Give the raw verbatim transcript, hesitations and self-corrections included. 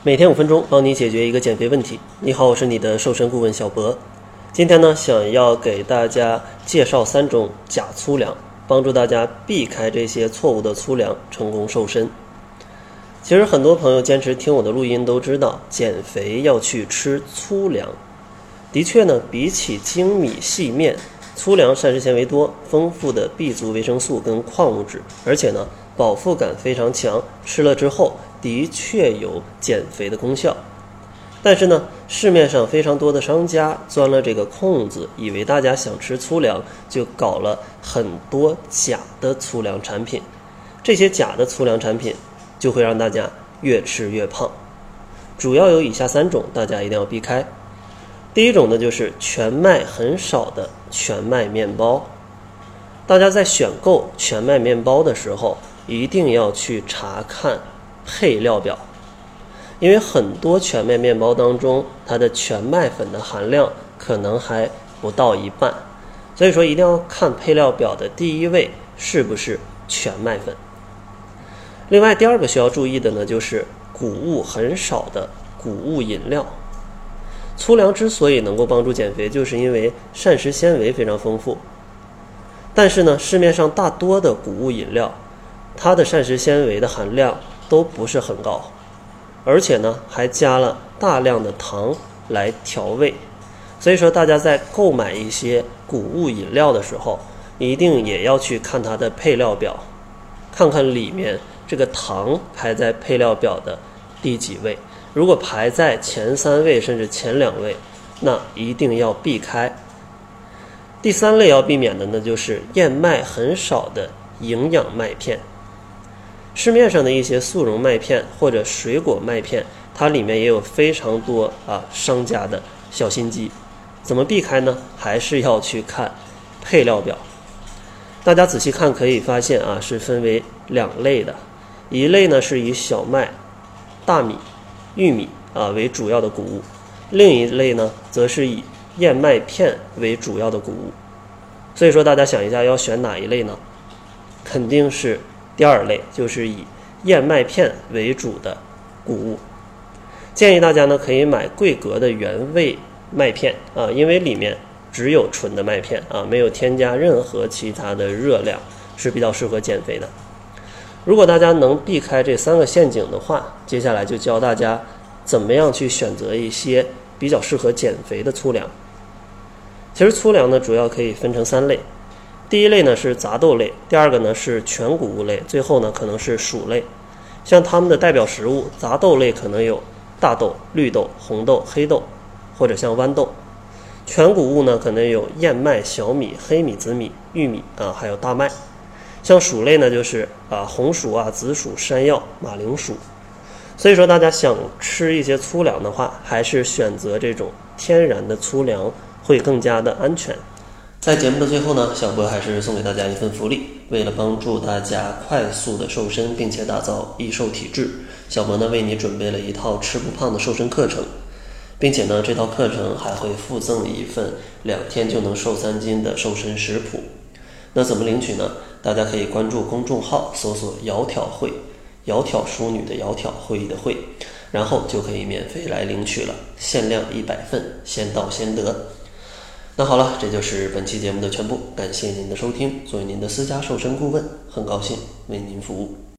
每天五分钟，帮你解决一个减肥问题。你好，我是你的瘦身顾问小博。今天呢，想要给大家介绍三种假粗粮，帮助大家避开这些错误的粗粮，成功瘦身。其实很多朋友坚持听我的录音都知道，减肥要去吃粗粮。的确呢，比起精米细面，粗粮膳食纤维多，丰富的 B 族维生素跟矿物质，而且呢，饱腹感非常强，吃了之后的确有减肥的功效。但是呢，市面上非常多的商家钻了这个空子，以为大家想吃粗粮，就搞了很多假的粗粮产品。这些假的粗粮产品就会让大家越吃越胖。主要有以下三种，大家一定要避开。第一种呢，就是全麦很少的全麦面包。大家在选购全麦面包的时候，一定要去查看配料表，因为很多全麦面包当中，它的全麦粉的含量可能还不到一半，所以说一定要看配料表的第一位是不是全麦粉。另外第二个需要注意的呢，就是谷物很少的谷物饮料。粗粮之所以能够帮助减肥，就是因为膳食纤维非常丰富。但是呢，市面上大多的谷物饮料，它的膳食纤维的含量都不是很高，而且呢，还加了大量的糖来调味。所以说大家在购买一些谷物饮料的时候，一定也要去看它的配料表，看看里面这个糖排在配料表的第几位。如果排在前三位甚至前两位，那一定要避开。第三类要避免的呢，就是燕麦很少的营养麦片。市面上的一些速溶麦片或者水果麦片，它里面也有非常多啊商家的小心机。怎么避开呢？还是要去看配料表。大家仔细看可以发现啊，是分为两类的。一类呢是以小麦、大米、玉米啊为主要的谷物，另一类呢则是以燕麦片为主要的谷物。所以说大家想一下要选哪一类呢？肯定是第二类，就是以燕麦片为主的谷物。建议大家呢可以买桂格的原味麦片啊，因为里面只有纯的麦片啊，没有添加任何其他的热量，是比较适合减肥的。如果大家能避开这三个陷阱的话，接下来就教大家怎么样去选择一些比较适合减肥的粗粮。其实粗粮呢主要可以分成三类，第一类呢是杂豆类，第二个呢是全谷物类，最后呢可能是薯类。像它们的代表食物，杂豆类可能有大豆、绿豆、红豆、黑豆，或者像豌豆。全谷物呢可能有燕麦、小米、黑米、紫米、玉米啊，还有大麦。像薯类呢就是啊红薯啊、紫薯、山药、马铃薯。所以说大家想吃一些粗粮的话，还是选择这种天然的粗粮会更加的安全。在节目的最后呢，小博还是送给大家一份福利。为了帮助大家快速的瘦身，并且打造易瘦体质，小博呢为你准备了一套吃不胖的瘦身课程，并且呢这套课程还会附赠一份两天就能瘦三斤的瘦身食谱。那怎么领取呢？大家可以关注公众号，搜索窈窕会，窈窕淑女的窈窕，会议的会，然后就可以免费来领取了，限量一百份，先到先得。那好了，这就是本期节目的全部，感谢您的收听。作为您的私家瘦身顾问，很高兴为您服务。